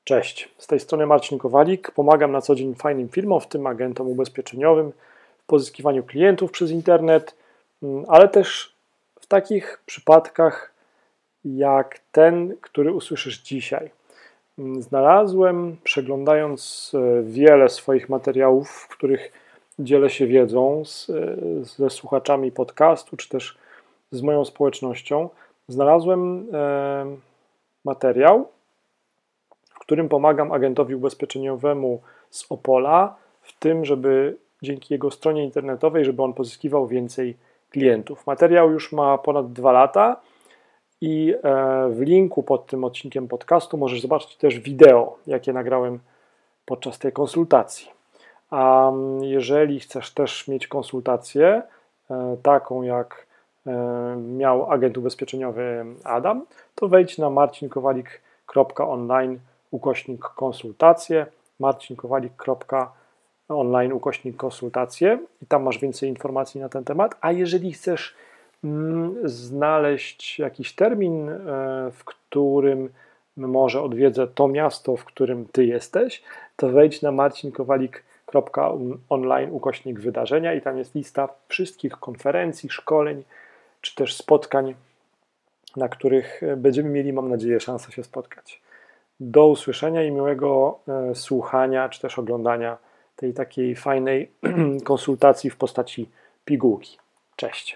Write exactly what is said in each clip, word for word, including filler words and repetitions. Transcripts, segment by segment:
Cześć, z tej strony Marcin Kowalik. Pomagam na co dzień fajnym firmom, w tym agentom ubezpieczeniowym, w pozyskiwaniu klientów przez internet, ale też w takich przypadkach jak ten, który usłyszysz dzisiaj. Znalazłem, przeglądając wiele swoich materiałów, w których dzielę się wiedzą z, ze słuchaczami podcastu, czy też z moją społecznością, znalazłem e, materiał, w którym pomagam agentowi ubezpieczeniowemu z Opola w tym, żeby dzięki jego stronie internetowej, żeby on pozyskiwał więcej klientów. Materiał już ma ponad dwa lata i w linku pod tym odcinkiem podcastu możesz zobaczyć też wideo, jakie nagrałem podczas tej konsultacji. A jeżeli chcesz też mieć konsultację, taką jak miał agent ubezpieczeniowy Adam, to wejdź na marcinkowalik kropka online ukośnik konsultacje, marcinkowalik kropka online ukośnik konsultacje i tam masz więcej informacji na ten temat. A jeżeli chcesz mm, znaleźć jakiś termin, e, w którym może odwiedzę to miasto, w którym ty jesteś, to wejdź na marcinkowalik kropka online ukośnik wydarzenia i tam jest lista wszystkich konferencji, szkoleń, czy też spotkań, na których będziemy mieli, mam nadzieję, szansę się spotkać. Do usłyszenia i miłego e, słuchania, czy też oglądania tej takiej fajnej konsultacji w postaci pigułki. Cześć.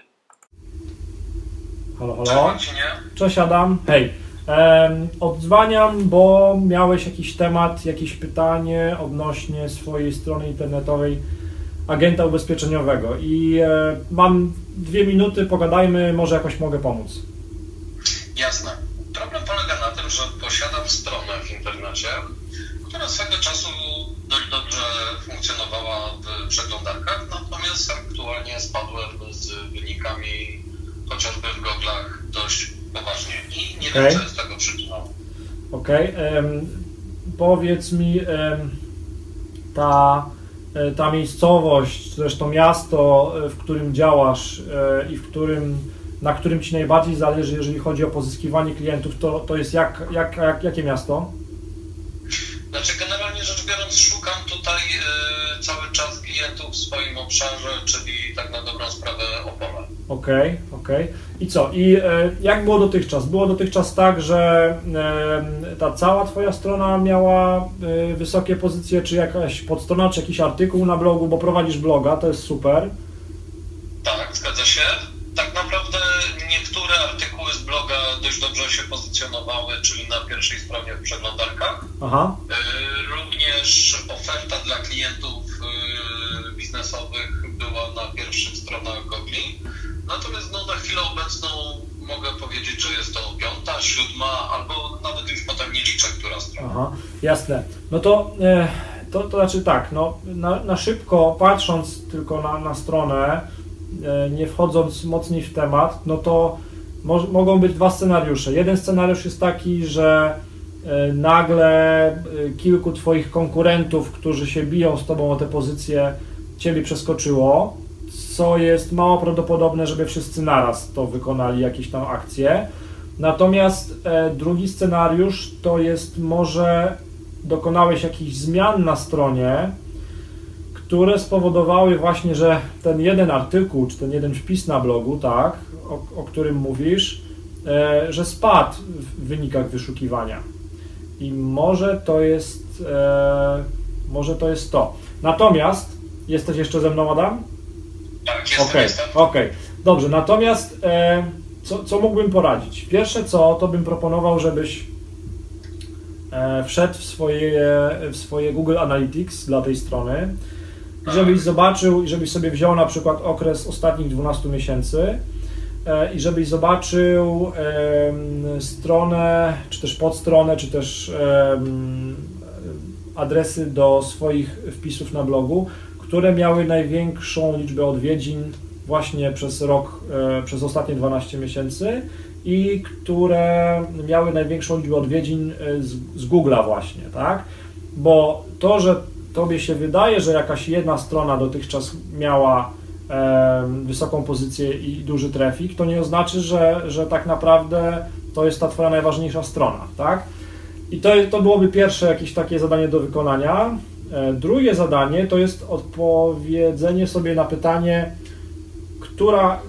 Halo, halo. Cześć Adam. Hej. E, odzwaniam, bo miałeś jakiś temat, jakieś pytanie odnośnie swojej strony internetowej agenta ubezpieczeniowego i e, mam dwie minuty, pogadajmy, może jakoś mogę pomóc. Jasne. Problem polega na tym, że posiadam stronę w internecie, która swego czasu dość dobrze funkcjonowała w przeglądarkach, natomiast aktualnie spadłem z wynikami chociażby w goglach dość poważnie i nie okay. wiem, co jest tego przyczyną. Okej. Okay. Um, powiedz mi, um, ta, ta miejscowość, zresztą miasto, w którym działasz um, i w którym na którym Ci najbardziej zależy, jeżeli chodzi o pozyskiwanie klientów, to, to jest jak, jak, jak, jakie miasto? Znaczy generalnie rzecz biorąc szukam tutaj y, cały czas klientów w swoim obszarze, czyli tak na dobrą sprawę Opole. Okej, okay, okej. Okay. I co? I y, jak było dotychczas? Było dotychczas tak, że y, ta cała Twoja strona miała y, wysokie pozycje, czy jakaś podstrona, czy jakiś artykuł na blogu, bo prowadzisz bloga, to jest super. Tak, zgadza się. Tak naprawdę niektóre artykuły z bloga dość dobrze się pozycjonowały, czyli na pierwszej stronie w przeglądarkach. Aha. Również oferta dla klientów biznesowych była na pierwszych stronach Gogli. Natomiast no, na chwilę obecną mogę powiedzieć, że jest to piąta, siódma, albo nawet już potem nie liczę, która strona. Aha, jasne. No to, to, to znaczy tak, no, na, na szybko patrząc tylko na, na stronę, nie wchodząc mocniej w temat, no to mo- mogą być dwa scenariusze. Jeden scenariusz jest taki, że y, nagle y, kilku Twoich konkurentów, którzy się biją z Tobą o te pozycje, Ciebie przeskoczyło, co jest mało prawdopodobne, żeby wszyscy naraz to wykonali, jakieś tam akcje. Natomiast y, drugi scenariusz to jest może dokonałeś jakichś zmian na stronie, które spowodowały właśnie, że ten jeden artykuł, czy ten jeden wpis na blogu, tak, o, o którym mówisz, e, że spadł w wynikach wyszukiwania. I może to jest, e, może to jest to. Natomiast, jesteś jeszcze ze mną, Adam? Tak, jestem. Okej, jestem. okej. Dobrze, natomiast e, co, co mógłbym poradzić? Pierwsze co, to bym proponował, żebyś e, wszedł w swoje, w swoje Google Analytics dla tej strony, i żebyś zobaczył, i żebyś sobie wziął na przykład okres ostatnich dwunastu miesięcy e, i żebyś zobaczył e, stronę, czy też podstronę, czy też e, adresy do swoich wpisów na blogu, które miały największą liczbę odwiedzin właśnie przez rok, e, przez ostatnie dwanaście miesięcy i które miały największą liczbę odwiedzin z, z Google'a właśnie, tak? Bo to, że Tobie się wydaje, że jakaś jedna strona dotychczas miała e, wysoką pozycję i duży traffic, to nie oznacza, że, że tak naprawdę to jest ta Twoja najważniejsza strona, tak? I to, to byłoby pierwsze jakieś takie zadanie do wykonania. Drugie zadanie to jest odpowiedzenie sobie na pytanie, która,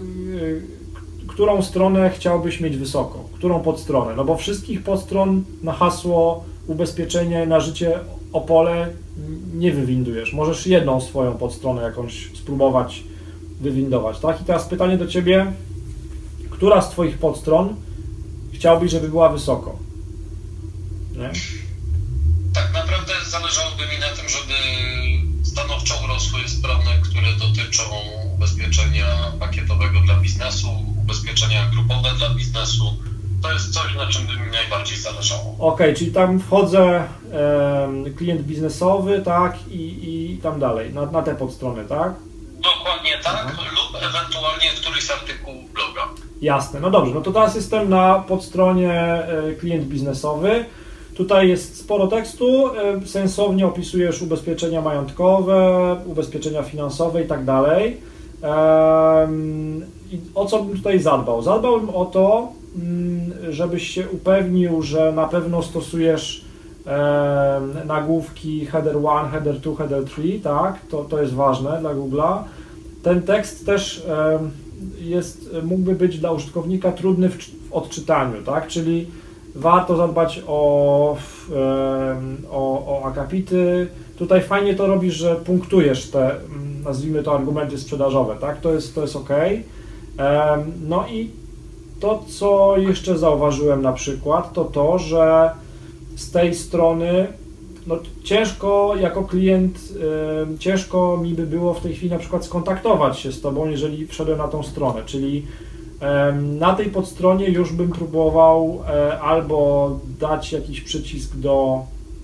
którą stronę chciałbyś mieć wysoko, którą podstronę. No bo wszystkich podstron na hasło ubezpieczenie na życie Opole nie wywindujesz. Możesz jedną swoją podstronę jakąś spróbować wywindować, tak? I teraz pytanie do Ciebie, która z Twoich podstron chciałbyś, żeby była wysoko? Nie? Tak naprawdę zależałoby mi na tym, żeby stanowczo urosły strony, które dotyczą ubezpieczenia pakietowego dla biznesu, ubezpieczenia grupowe dla biznesu. To jest coś, na czym by mi najbardziej zależało. Ok, czyli tam wchodzę e, klient biznesowy, tak, i, i tam dalej, na, na te podstrony, tak? Dokładnie tak, Aha. lub ewentualnie któryś z artykułów bloga. Jasne, no dobrze, no to teraz jestem na podstronie e, klient biznesowy. Tutaj jest sporo tekstu, e, sensownie opisujesz ubezpieczenia majątkowe, ubezpieczenia finansowe i tak dalej. E, i o co bym tutaj zadbał? Zadbałbym o to, żebyś się upewnił, że na pewno stosujesz e, nagłówki header jeden, header dwa, header trzy, tak? To, to jest ważne dla Google'a. Ten tekst też e, jest, mógłby być dla użytkownika trudny w, w odczytaniu, tak? Czyli warto zadbać o, e, o, o akapity. Tutaj fajnie to robisz, że punktujesz te, nazwijmy to, argumenty sprzedażowe, tak? To jest, to jest ok. E, no i to, co jeszcze zauważyłem na przykład, to to, że z tej strony no, ciężko jako klient, y, ciężko mi by było w tej chwili na przykład skontaktować się z Tobą, jeżeli wszedłem na tą stronę, czyli y, na tej podstronie już bym próbował y, albo dać jakiś przycisk do,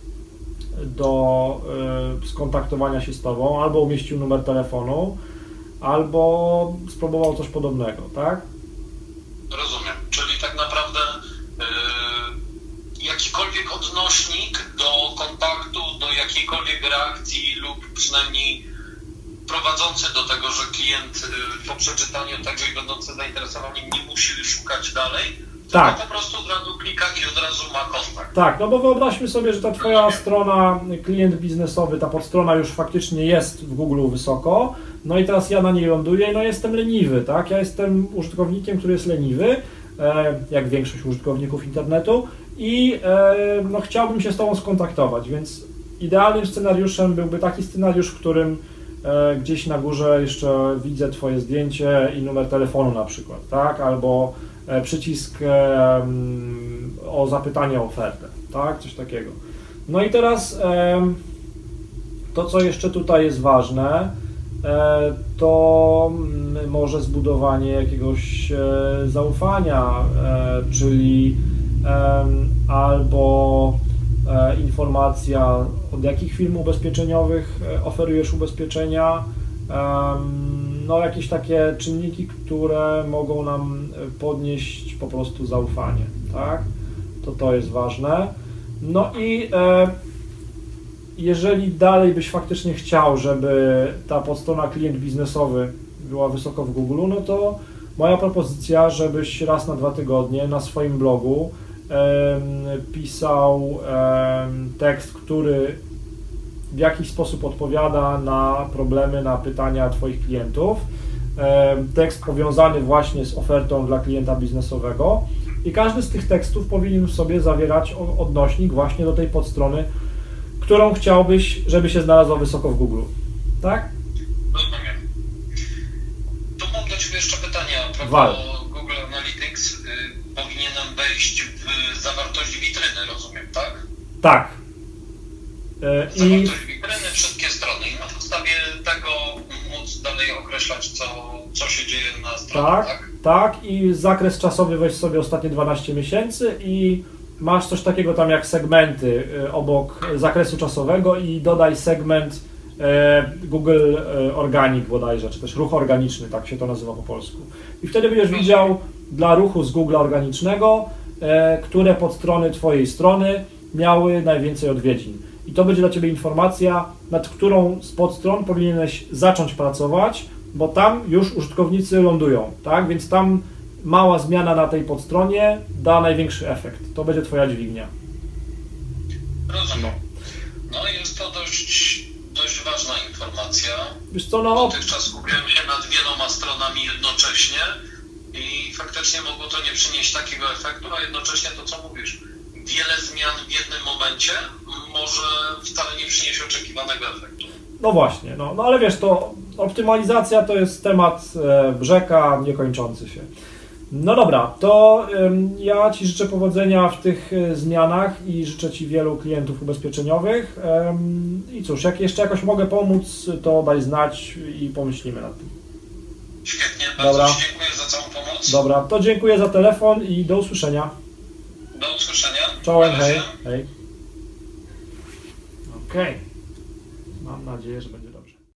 do y, skontaktowania się z Tobą, albo umieścił numer telefonu, albo spróbował coś podobnego, tak? Rozumiem, czyli tak naprawdę yy, jakikolwiek odnośnik do kontaktu, do jakiejkolwiek reakcji lub przynajmniej prowadzący do tego, że klient yy, po przeczytaniu tego i będący zainteresowany nie musi szukać dalej, tak. tylko po prostu od razu klika i od razu ma kontakt. Tak, no bo wyobraźmy sobie, że ta Twoja strona, klient biznesowy, ta podstrona już faktycznie jest w Google wysoko, no i teraz ja na niej ląduję, no jestem leniwy, tak? Ja jestem użytkownikiem, który jest leniwy, e, jak większość użytkowników internetu i e, no chciałbym się z Tobą skontaktować, więc idealnym scenariuszem byłby taki scenariusz, w którym e, gdzieś na górze jeszcze widzę Twoje zdjęcie i numer telefonu na przykład, tak? Albo e, przycisk e, o zapytanie o ofertę, tak? Coś takiego. No i teraz e, to, co jeszcze tutaj jest ważne, to może zbudowanie jakiegoś zaufania, czyli albo informacja, od jakich firm ubezpieczeniowych oferujesz ubezpieczenia, no jakieś takie czynniki, które mogą nam podnieść po prostu zaufanie, tak? To to jest ważne. No i jeżeli dalej byś faktycznie chciał, żeby ta podstrona klient biznesowy była wysoko w Google, no to moja propozycja, żebyś raz na dwa tygodnie na swoim blogu e, pisał e, tekst, który w jakiś sposób odpowiada na problemy, na pytania Twoich klientów. E, tekst powiązany właśnie z ofertą dla klienta biznesowego i każdy z tych tekstów powinien w sobie zawierać odnośnik właśnie do tej podstrony, którą chciałbyś, żeby się znalazła wysoko w Google, tak? Rozumiem. Tu mam do Ciebie jeszcze pytania. A Wal. Google Analytics y, powinienem wejść w zawartość witryny, rozumiem, tak? Tak. E, Zawartość I witryny, wszystkie strony i na podstawie tego móc dalej określać, co, co się dzieje na stronie, tak, tak? tak, i zakres czasowy weź sobie ostatnie dwanaście miesięcy i masz coś takiego tam jak segmenty obok zakresu czasowego i dodaj segment e, Google Organic bodajże, czy też ruch organiczny, tak się to nazywa po polsku. I wtedy będziesz widział dla ruchu z Google organicznego, e, które podstrony Twojej strony miały najwięcej odwiedzin. I to będzie dla Ciebie informacja, nad którą z podstron powinieneś zacząć pracować, bo tam już użytkownicy lądują, tak? Więc tam mała zmiana na tej podstronie da największy efekt. To będzie Twoja dźwignia. Rozumiem. No jest to dość, dość ważna informacja. Wiesz co, no... Dotychczas skupiałem się nad wieloma stronami jednocześnie i faktycznie mogło to nie przynieść takiego efektu, a jednocześnie to, co mówisz, wiele zmian w jednym momencie może wcale nie przynieść oczekiwanego efektu. No właśnie, no, no ale wiesz, to optymalizacja to jest temat e, rzeka niekończący się. No dobra, to ym, ja Ci życzę powodzenia w tych y, zmianach i życzę Ci wielu klientów ubezpieczeniowych. Ym, I cóż, jak jeszcze jakoś mogę pomóc, to daj znać i pomyślimy nad tym. Świetnie, bardzo Dobra. Ci dziękuję za całą pomoc. Dobra, to dziękuję za telefon i do usłyszenia. Do usłyszenia. Czołem, Na razie. hej. Hej. Okej. Okay. Mam nadzieję, że będzie